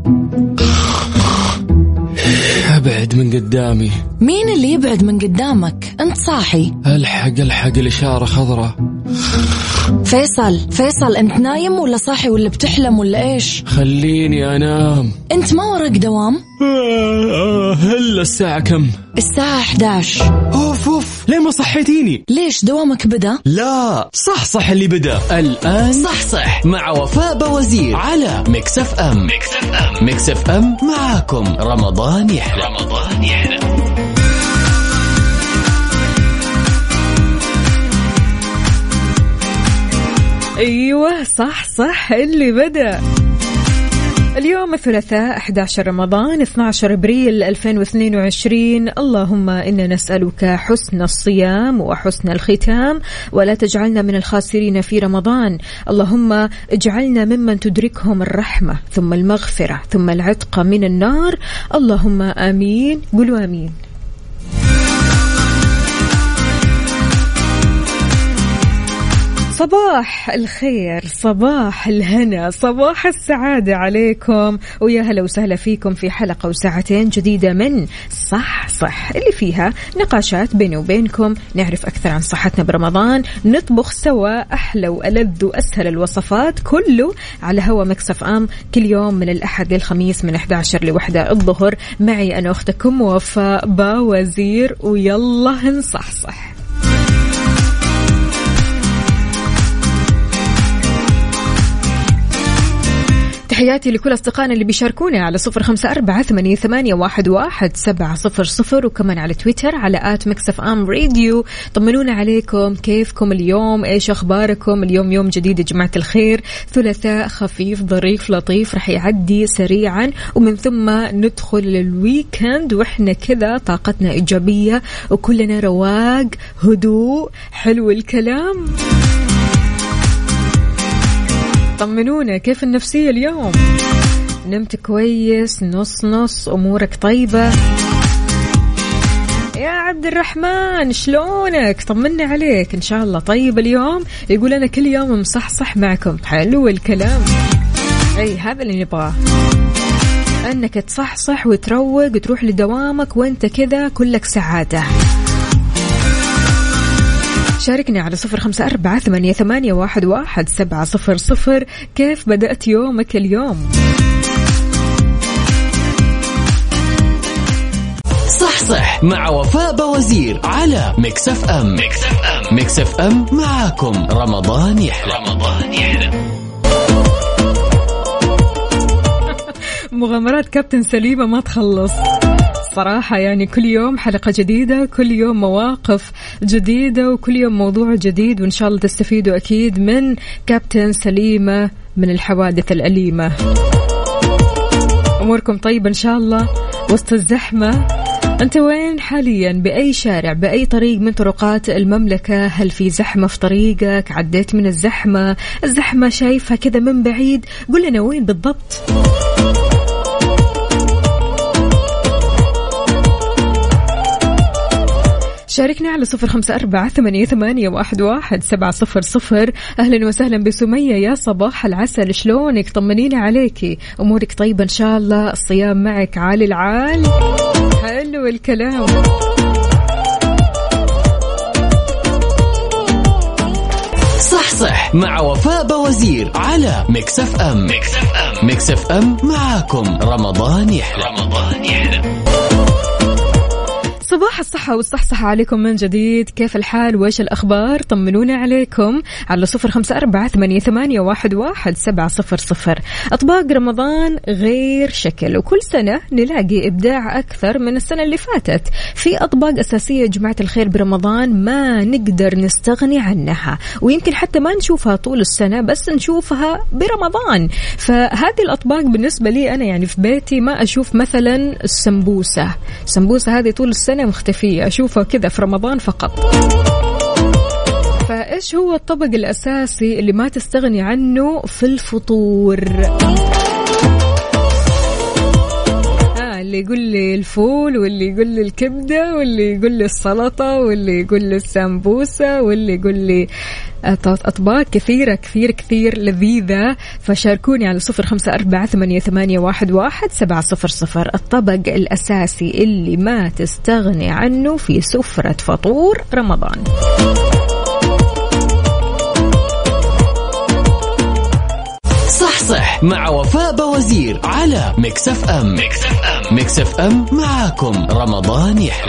ابعد من قدامي. مين اللي يبعد من قدامك؟ انت صاحي. الحق الإشارة خضراء. فيصل انت نايم ولا صاحي ولا بتحلم ولا ايش؟ خليني انام. انت ما وراك دوام؟ هلا الساعة كم؟ الساعة 11. اوف ليه ما صحيتيني؟ ليش دوامك بدأ؟ لا صح اللي بدأ الآن. صح مع وفاء بوزير على ميكس اف ام. ميكس اف ام معاكم رمضان يحلى. ايوه صح اللي بدأ. اليوم الثلاثاء 11 رمضان 12 ابريل 2022. اللهم إنا نسألك حسن الصيام وحسن الختام ولا تجعلنا من الخاسرين في رمضان. اللهم اجعلنا ممن تدركهم الرحمة ثم المغفرة ثم العتق من النار. اللهم آمين. قولوا آمين. صباح الخير، صباح الهنا، صباح السعادة عليكم، ويا هلا وسهلا فيكم في حلقة وساعتين جديدة من صح اللي فيها نقاشات بيني وبينكم، نعرف أكثر عن صحتنا برمضان، نطبخ سوا أحلى وألذ وأسهل الوصفات، كله على هوا ميكس اف ام كل يوم من الأحد للخميس من 11 ل1 الظهر. معي أنا أختكم وفاء باوزير، ويلا هنصحصح. تحياتي لكل أصدقائنا اللي بيشاركونا على 0548811700 وكمان على تويتر على @mixfmradio. طمنونا عليكم، كيفكم اليوم؟ إيش أخباركم؟ اليوم يوم جديد يا جماعة الخير، ثلاثاء خفيف ظريف لطيف رح يعدي سريعا، ومن ثم ندخل الويكند وإحنا كذا طاقتنا إيجابية وكلنا رواق هدوء. حلو الكلام. طمنونا كيف النفسية اليوم؟ نمت كويس؟ نص أمورك طيبة؟ يا عبد الرحمن شلونك؟ طمنا عليك، إن شاء الله طيب اليوم. يقول أنا كل يوم مصحصح معكم. حلو الكلام. أي هذا اللي نبغاه، أنك تصحصح وتروق وتروح لدوامك وأنت كذا كلك سعادة. شاركني على 0548811700. كيف بدأت يومك اليوم؟ صح مع وفاء بوزير على ميكس اف ام. ميكس اف ام معاكم رمضان يحلى. مغامرات كابتن سليمة ما تخلص صراحة، يعني كل يوم حلقة جديدة، كل يوم مواقف جديدة، وكل يوم موضوع جديد، وإن شاء الله تستفيدوا أكيد من كابتن سليمة من الحوادث الأليمة. أموركم طيبة إن شاء الله وسط الزحمة؟ أنت وين حاليا؟ بأي شارع؟ بأي طريق من طرقات المملكة؟ هل في زحمة في طريقك؟ عديت من الزحمة شايفها كذا من بعيد؟ قل لنا وين بالضبط. شاركنا على 0548811700. أهلا وسهلا بسمية، يا صباح العسل، شلونك؟ طمنينا عليكي، أمورك طيبة إن شاء الله؟ الصيام معك عالي العال؟ حلو الكلام. صح مع وفاء بوزير على ميكس اف ام. ميكس اف ام معاكم رمضان يحلى. صباح الصحة والصحصحة عليكم من جديد. كيف الحال وإيش الأخبار؟ طمنونا عليكم على 0548811700. أطباق رمضان غير شكل، وكل سنة نلاقي إبداع أكثر من السنة اللي فاتت. في أطباق أساسية يا جماعة الخير برمضان ما نقدر نستغني عنها، ويمكن حتى ما نشوفها طول السنة بس نشوفها برمضان. فهذه الأطباق بالنسبة لي أنا يعني في بيتي ما أشوف مثلا السمبوسة هذه طول السنة مختفية، أشوفها كذا في رمضان فقط. فإيش هو الطبق الأساسي اللي ما تستغني اللي اللي يقول لي الفول، واللي يقول لي الكبدة، واللي يقول لي السلطة، واللي يقول لي السمبوسة، واللي يقول لي أطباق كثيرة كثير كثير لذيذة. فشاركوني على 0548811700 الطبق الأساسي اللي ما تستغني عنه في سفرة فطور رمضان. صح مع وفاء بوزير على ميكس اف ام. ميكس اف ام معاكم رمضان يحلى.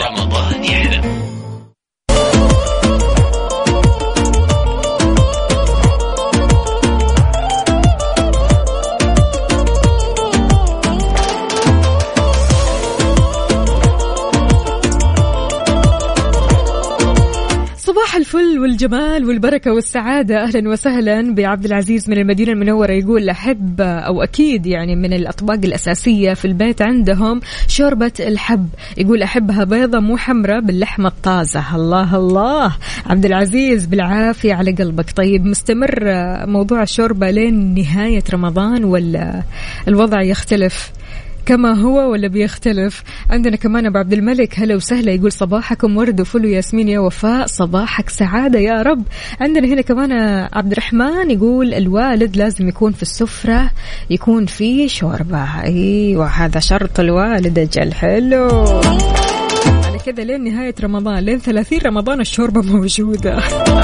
صباح الفل والجمال والبركة والسعادة. أهلا وسهلا بعبد العزيز من المدينة المنورة. يقول أحب أو أكيد يعني من الأطباق الأساسية في البيت عندهم شوربة الحب. يقول أحبها بيضة مو حمرة باللحمة الطازة. الله الله عبد العزيز بالعافية على قلبك. طيب مستمر موضوع الشوربة لين نهاية رمضان ولا الوضع يختلف كما هو ولا بيختلف؟ عندنا كمان أبو عبد الملك هلا وسهلا. يقول صباحكم ورد وفل وياسمين يا وفاء، صباحك سعادة يا رب. عندنا هنا كمان عبد الرحمن يقول الوالد لازم يكون في السفرة يكون فيه شوربة. أيوة هذا شرط الوالد. أجل حلو على كذا لين نهاية رمضان، لين 30 رمضان الشوربة موجودة.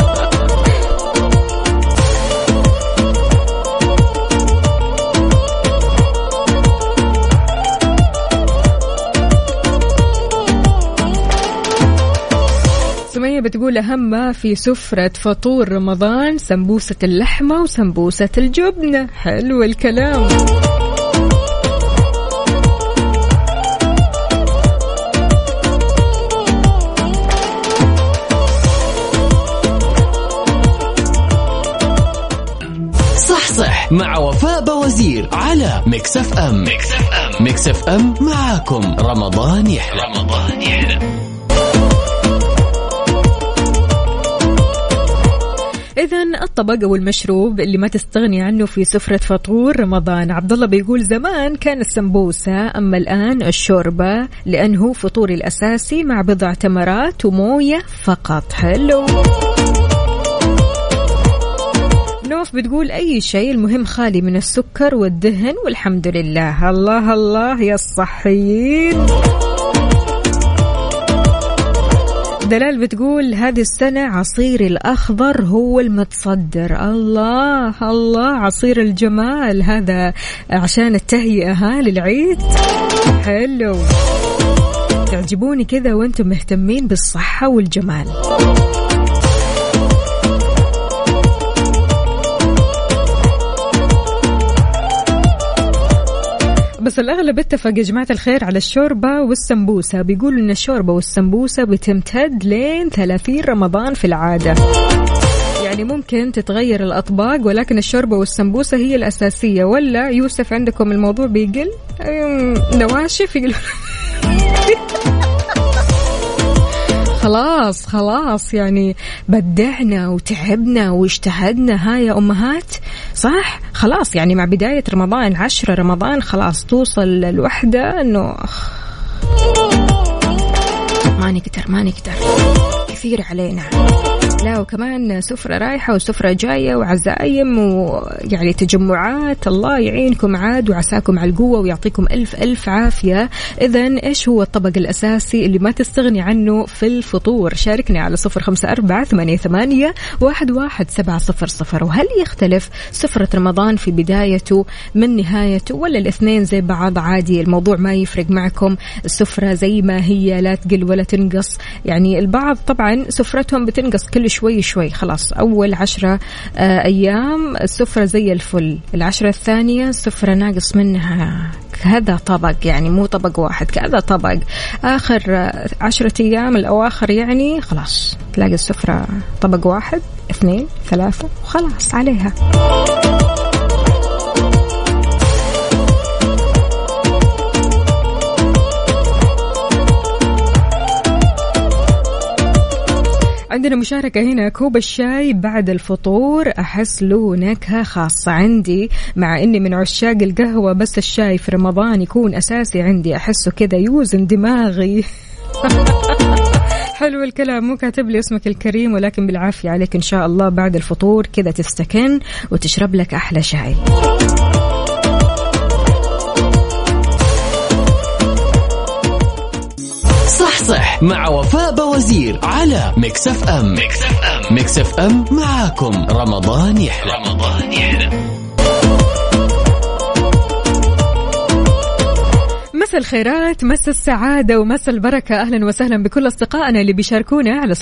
سمية بتقول أهم ما في سفرة فطور رمضان سمبوسة اللحمة وسمبوسة الجبنة. حلو الكلام. صح مع وفاء بوزير على ميكس اف ام. ميكس اف ام معاكم رمضان يحلى. إذن الطبق أو المشروب اللي ما تستغني عنه في سفرة فطور رمضان. عبد الله بيقول زمان كان السمبوسة، أما الآن الشوربة لأنه فطوري الأساسي مع بضع تمرات وموية فقط. حلو. نوف بتقول أي شيء المهم خالي من السكر والدهن والحمد لله. الله الله يا الصحيين. دلال بتقول هذه السنة عصير الأخضر هو المتصدر. الله الله عصير الجمال هذا عشان التهيئة للعيد. حلو تعجبوني كذا وانتم مهتمين بالصحة والجمال. بس الأغلب اتفق يا جماعة الخير على الشوربة والسمبوسة. بيقولوا إن الشوربة والسمبوسة بتمتد لين 30 رمضان في العادة. يعني ممكن تتغير الأطباق ولكن الشوربة والسمبوسة هي الأساسية. ولا يوسف عندكم الموضوع بيقل نواشف يقول خلاص يعني بدعنا وتعبنا واجتهدنا يا أمهات. صح خلاص يعني مع بداية رمضان 10 رمضان خلاص توصل الوحدة أنه ما نقدر كثير علينا. لا وكمان سفرة رايحة وسفرة جاية وعزايم ويعني تجمعات. الله يعينكم عاد وعساكم على القوة ويعطيكم ألف عافية. إذن إيش هو الطبق الأساسي اللي ما تستغني عنه في الفطور؟ شاركني على 0548811700. وهل يختلف سفرة رمضان في بدايته من نهايته ولا الاثنين زي بعض عادي؟ الموضوع ما يفرق معكم، السفرة زي ما هي لا تقل ولا تنقص. يعني البعض طبعا سفرتهم بتنقص كل شوي خلاص. أول 10 أيام السفرة زي الفل، 10 الثانية السفرة ناقص منها كذا طبق، يعني مو طبق واحد كذا طبق. آخر 10 أيام الأواخر يعني خلاص تلاقي السفرة طبق 1 2 3 وخلاص عليها. عندنا مشاركة هنا، كوب الشاي بعد الفطور أحس له نكهة خاصة عندي، مع إني من عشاق القهوة، بس الشاي في رمضان يكون أساسي عندي، أحسه كذا يوزن دماغي. حلو الكلام. مو كاتب لي اسمك الكريم، ولكن بالعافية عليك إن شاء الله بعد الفطور كذا تستكن وتشرب لك أحلى شاي. صح مع وفاء بوزير على ميكس اف ام. ميكس اف ام معاكم رمضان يحلى. مساء الخيرات، مساء السعادة ومساء البركة. أهلا وسهلا بكل أصدقائنا اللي بيشاركونا على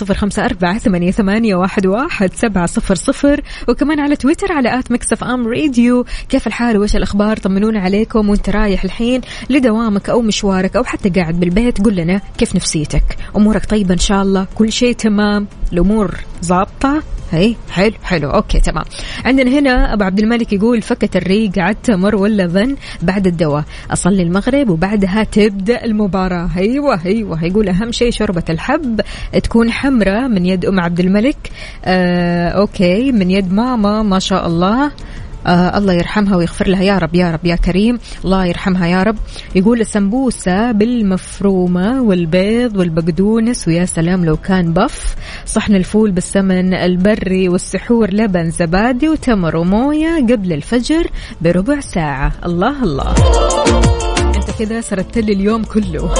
0548811700 وكمان على تويتر على @mixfmradio. كيف الحال وإيش الأخبار؟ طمنونا عليكم وانت رايح الحين لدوامك أو مشوارك أو حتى قاعد بالبيت. قل لنا كيف نفسيتك، أمورك طيبة إن شاء الله، كل شيء تمام، الأمور ضابطة. هي حلو أوكي تمام. عندنا هنا أبو عبد الملك يقول فكت الريق على التمر ولا ظن بعد الدواء، أصلي المغرب وبعدها تبدأ المباراة. أيوة يقول أهم شيء شوربة الحب تكون حمرة من يد أم عبد الملك. أوكي من يد ماما ما شاء الله. الله يرحمها ويغفر لها يا رب يا رب يا كريم، الله يرحمها يا رب. يقول السمبوسة بالمفرومة والبيض والبقدونس، ويا سلام لو كان بف، صحن الفول بالسمن البري، والسحور لبن زبادي وتمر وموية قبل الفجر بربع ساعة. الله الله، انت كده سردت لي اليوم كله.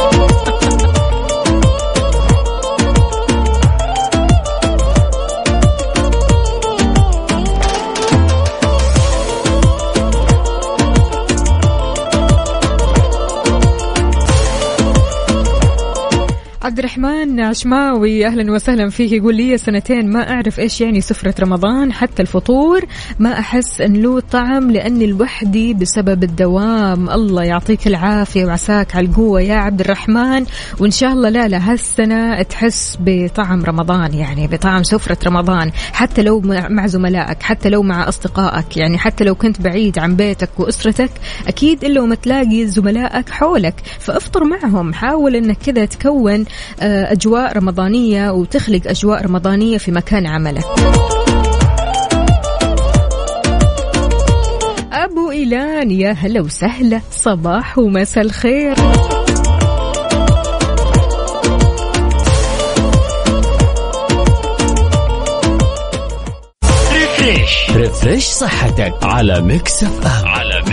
عبد الرحمن عشماوي أهلا وسهلا فيك، يقول لي 2 ما أعرف إيش يعني سفرة رمضان، حتى الفطور ما أحس أن له طعم لأني لوحدي بسبب الدوام. الله يعطيك العافية وعساك على القوة يا عبد الرحمن، وإن شاء الله لا هالسنة تحس بطعم رمضان، يعني بطعم سفرة رمضان، حتى لو مع زملائك، حتى لو مع أصدقائك، يعني حتى لو كنت بعيد عن بيتك وأسرتك، أكيد إلا وما تلاقي زملائك حولك، فأفطر معهم. حاول أنك كذا تكون أجواء رمضانية وتخلق أجواء رمضانية في مكان عملك. أبو إيلان يا هلا وسهلا، صباح ومساء الخير. ريفريش صحتك على ميكس اف ام.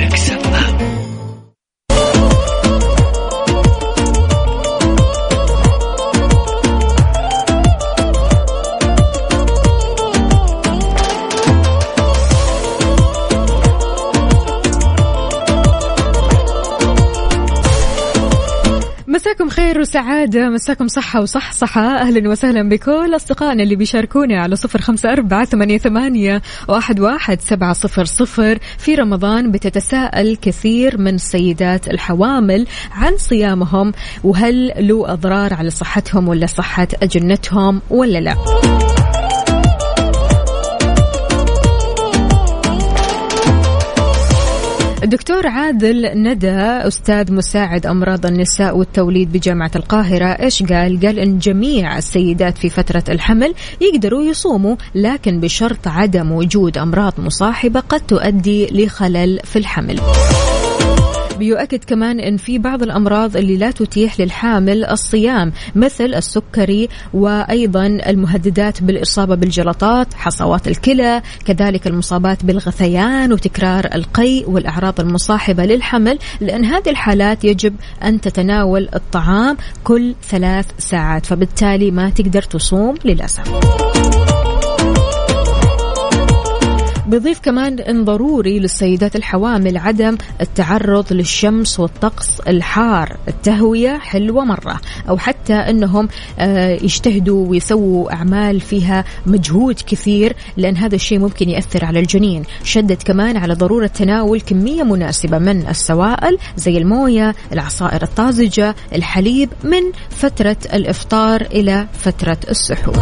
مساكم خير وسعادة، مساكم صحة وصحصحة. أهلا وسهلا بكل أصدقائنا اللي بيشاركونا على 0548811700. في رمضان بتتساءل كثير من السيدات الحوامل عن صيامهم، وهل له أضرار على صحتهم ولا صحة أجنتهم ولا لا. الدكتور عادل ندى أستاذ مساعد أمراض النساء والتوليد بجامعة القاهرة إيش قال إن جميع السيدات في فترة الحمل يقدروا يصوموا، لكن بشرط عدم وجود أمراض مصاحبة قد تؤدي لخلل في الحمل. بيؤكد كمان أن في بعض الأمراض اللي لا تتيح للحامل الصيام، مثل السكري، وأيضا المهددات بالإصابة بالجلطات، حصوات الكلى، كذلك المصابات بالغثيان وتكرار القيء والأعراض المصاحبة للحمل، لأن هذه الحالات يجب أن تتناول الطعام كل 3 ساعات، فبالتالي ما تقدر تصوم للأسف. بيضيف كمان إن ضروري للسيدات الحوامل عدم التعرض للشمس والطقس الحار، التهوية حلوة مرة، أو حتى أنهم يجتهدوا ويسووا أعمال فيها مجهود كثير، لأن هذا الشيء ممكن يأثر على الجنين. شدد كمان على ضرورة تناول كمية مناسبة من السوائل زي الموية، العصائر الطازجة، الحليب من فترة الإفطار إلى فترة السحور.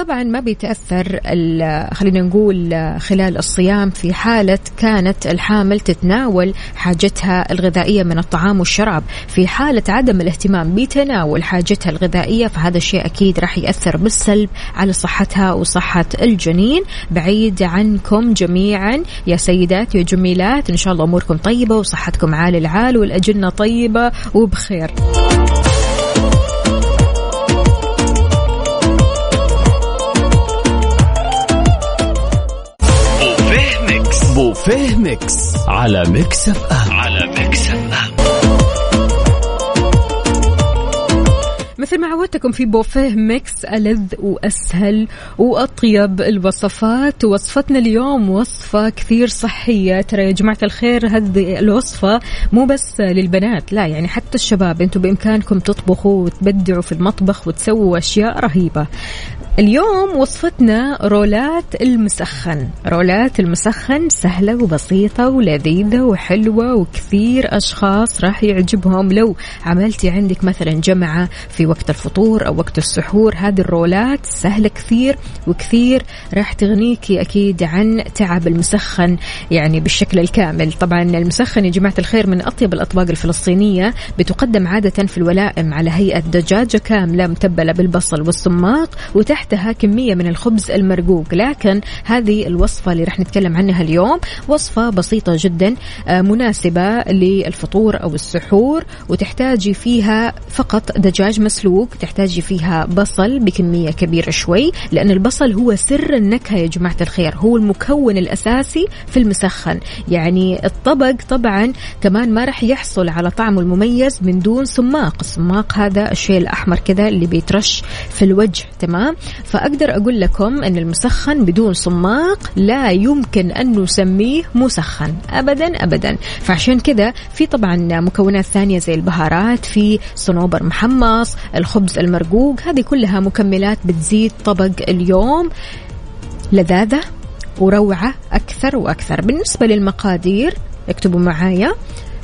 طبعا ما بيتأثر خلينا نقول خلال الصيام في حالة كانت الحامل تتناول حاجتها الغذائية من الطعام والشراب. في حالة عدم الاهتمام بتناول حاجتها الغذائية فهذا الشيء أكيد راح يأثر بالسلب على صحتها وصحة الجنين. بعيد عنكم جميعا يا سيدات يا جميلات، إن شاء الله أموركم طيبة وصحتكم عال العال والأجنة طيبة وبخير. بوفيه ميكس على ميكس اف ام. مثل ما عودتكم في بوفيه ميكس ألذ وأسهل وأطيب الوصفات. وصفتنا اليوم وصفة كثير صحية ترى يا جماعة الخير. هذه الوصفة مو بس للبنات، لا يعني حتى الشباب انتم بإمكانكم تطبخوا وتبدعوا في المطبخ وتسووا أشياء رهيبة. اليوم وصفتنا رولات المسخن. رولات المسخن سهلة وبسيطة ولذيذة وحلوة وكثير أشخاص راح يعجبهم. لو عملتي عندك مثلا جمعة في وقت الفطور أو وقت السحور، هذه الرولات سهلة كثير وكثير راح تغنيكي أكيد عن تعب المسخن يعني بالشكل الكامل. طبعا المسخن يا جماعة الخير من أطيب الأطباق الفلسطينية، بتقدم عادة في الولائم على هيئة دجاجة كاملة متبلة بالبصل والصماق وتحتها كمية من الخبز المرقوق. لكن هذه الوصفة اللي راح نتكلم عنها اليوم وصفة بسيطة جدا مناسبة للفطور أو السحور، وتحتاجي فيها فقط دجاج مسلوق، تحتاجي فيها بصل بكمية كبيرة شوي، لأن البصل هو سر النكهة يا جماعة الخير، هو المكون الأساسي في المسخن. يعني الطبق طبعا كمان ما رح يحصل على طعمه المميز من دون صماق. الصماق هذا الشيء الأحمر كذا اللي بيترش في الوجه، تمام؟ فأقدر أقول لكم أن المسخن بدون صماق لا يمكن أن نسميه مسخن أبدا أبدا. فعشان كذا في طبعا مكونات ثانية زي البهارات، في صنوبر محمص، الخبز المرقوق، هذه كلها مكملات بتزيد طبق اليوم لذاذة وروعة أكثر وأكثر. بالنسبة للمقادير اكتبوا معايا.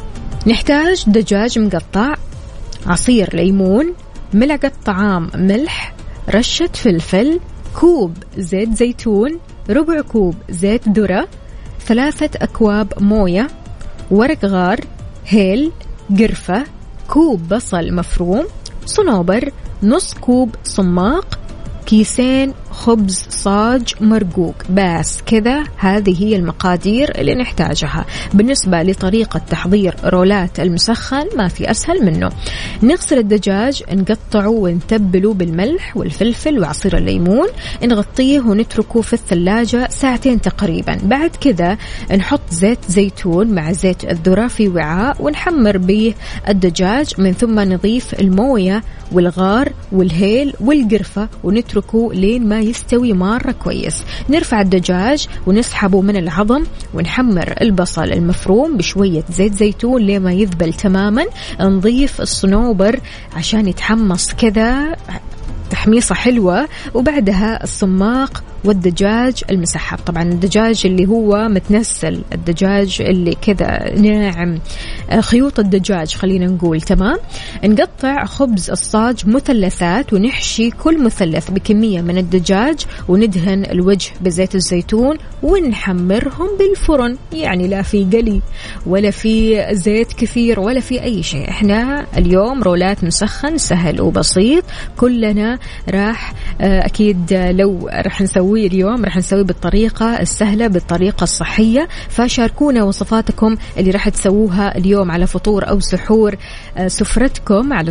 نحتاج دجاج مقطع، عصير ليمون، ملعقة طعام ملح، رشة فلفل، كوب زيت زيتون، ربع كوب زيت ذرة، 3 أكواب موية، ورق غار، هيل، قرفة، كوب بصل مفروم، صنوبر، نص كوب صماق، كيسين خبز صاج مرقوق. بس كذا هذه هي المقادير اللي نحتاجها. بالنسبة لطريقة تحضير رولات المسخن ما في أسهل منه. نغسل الدجاج، نقطعه ونتبله بالملح والفلفل وعصير الليمون، نغطيه ونتركه في الثلاجة ساعتين تقريبا. بعد كذا نحط زيت زيتون مع زيت الذرة في وعاء ونحمر به الدجاج، من ثم نضيف الموية والغار والهيل والقرفة ونتركه لين ما يستوي مرة كويس. نرفع الدجاج ونسحبه من العظم ونحمر البصل المفروم بشوية زيت زيتون لين ما يذبل تماما. نضيف الصنوبر عشان يتحمص كذا تحميصة حلوة، وبعدها الصماق والدجاج المسحب. طبعا الدجاج اللي هو متنسل، الدجاج اللي كذا ناعم، خيوط الدجاج خلينا نقول، تمام؟ نقطع خبز الصاج مثلثات ونحشي كل مثلث بكمية من الدجاج وندهن الوجه بزيت الزيتون ونحمرهم بالفرن. يعني لا في قلي ولا في زيت كثير ولا في أي شيء. احنا اليوم رولات مسخن سهل وبسيط، كلنا راح أكيد لو راح نسويه اليوم راح نسويه بالطريقة السهلة بالطريقة الصحية. فشاركونا وصفاتكم اللي راح تسووها اليوم على فطور أو سحور سفرتكم على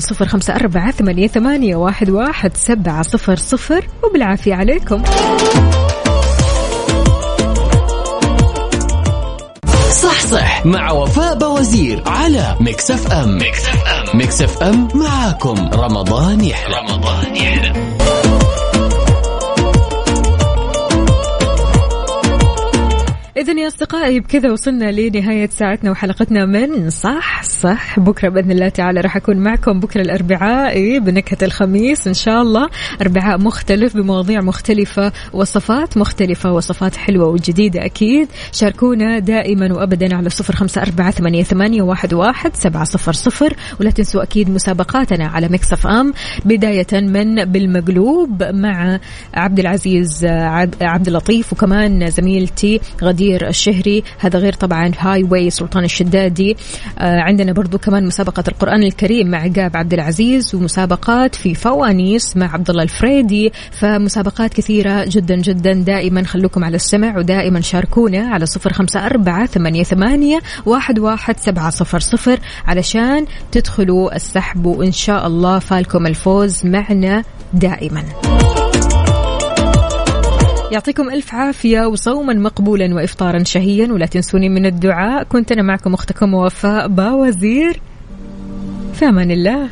0548811700 وبالعافية عليكم. صح مع وفاء بوزير على ميكس اف ام. ميكس اف ام معاكم رمضان يحلى. إذن إذن يا أصدقائي بكذا وصلنا لنهاية ساعتنا وحلقتنا من صح صح. بكرة بإذن الله تعالى راح أكون معكم بكرة الأربعاء بنكهة الخميس إن شاء الله. أربعاء مختلف بمواضيع مختلفة، وصفات مختلفة، وصفات حلوة وجديدة أكيد. شاركونا دائما وأبدا على 0548811700. ولا تنسوا أكيد مسابقاتنا على ميكس اف ام، بداية من بالمقلوب مع عبد العزيز عبد اللطيف، وكمان زميلتي غدير الشهري، هذا غير طبعا هاي واي سلطان الشدادي. عندنا برضو كمان مسابقة القرآن الكريم مع عقاب عبد العزيز، ومسابقات في فوانيس مع عبد الله الفريدي. فمسابقات كثيرة جدا جدا. دائما خلوكم على السمع، ودائما شاركونا على 0548811700 علشان تدخلوا السحب، وإن شاء الله فالكم الفوز معنا دائما. يعطيكم ألف عافية وصوما مقبولا وإفطارا شهيا، ولا تنسوني من الدعاء. كنت أنا معكم أختكم وفاء باوزير، في أمان الله.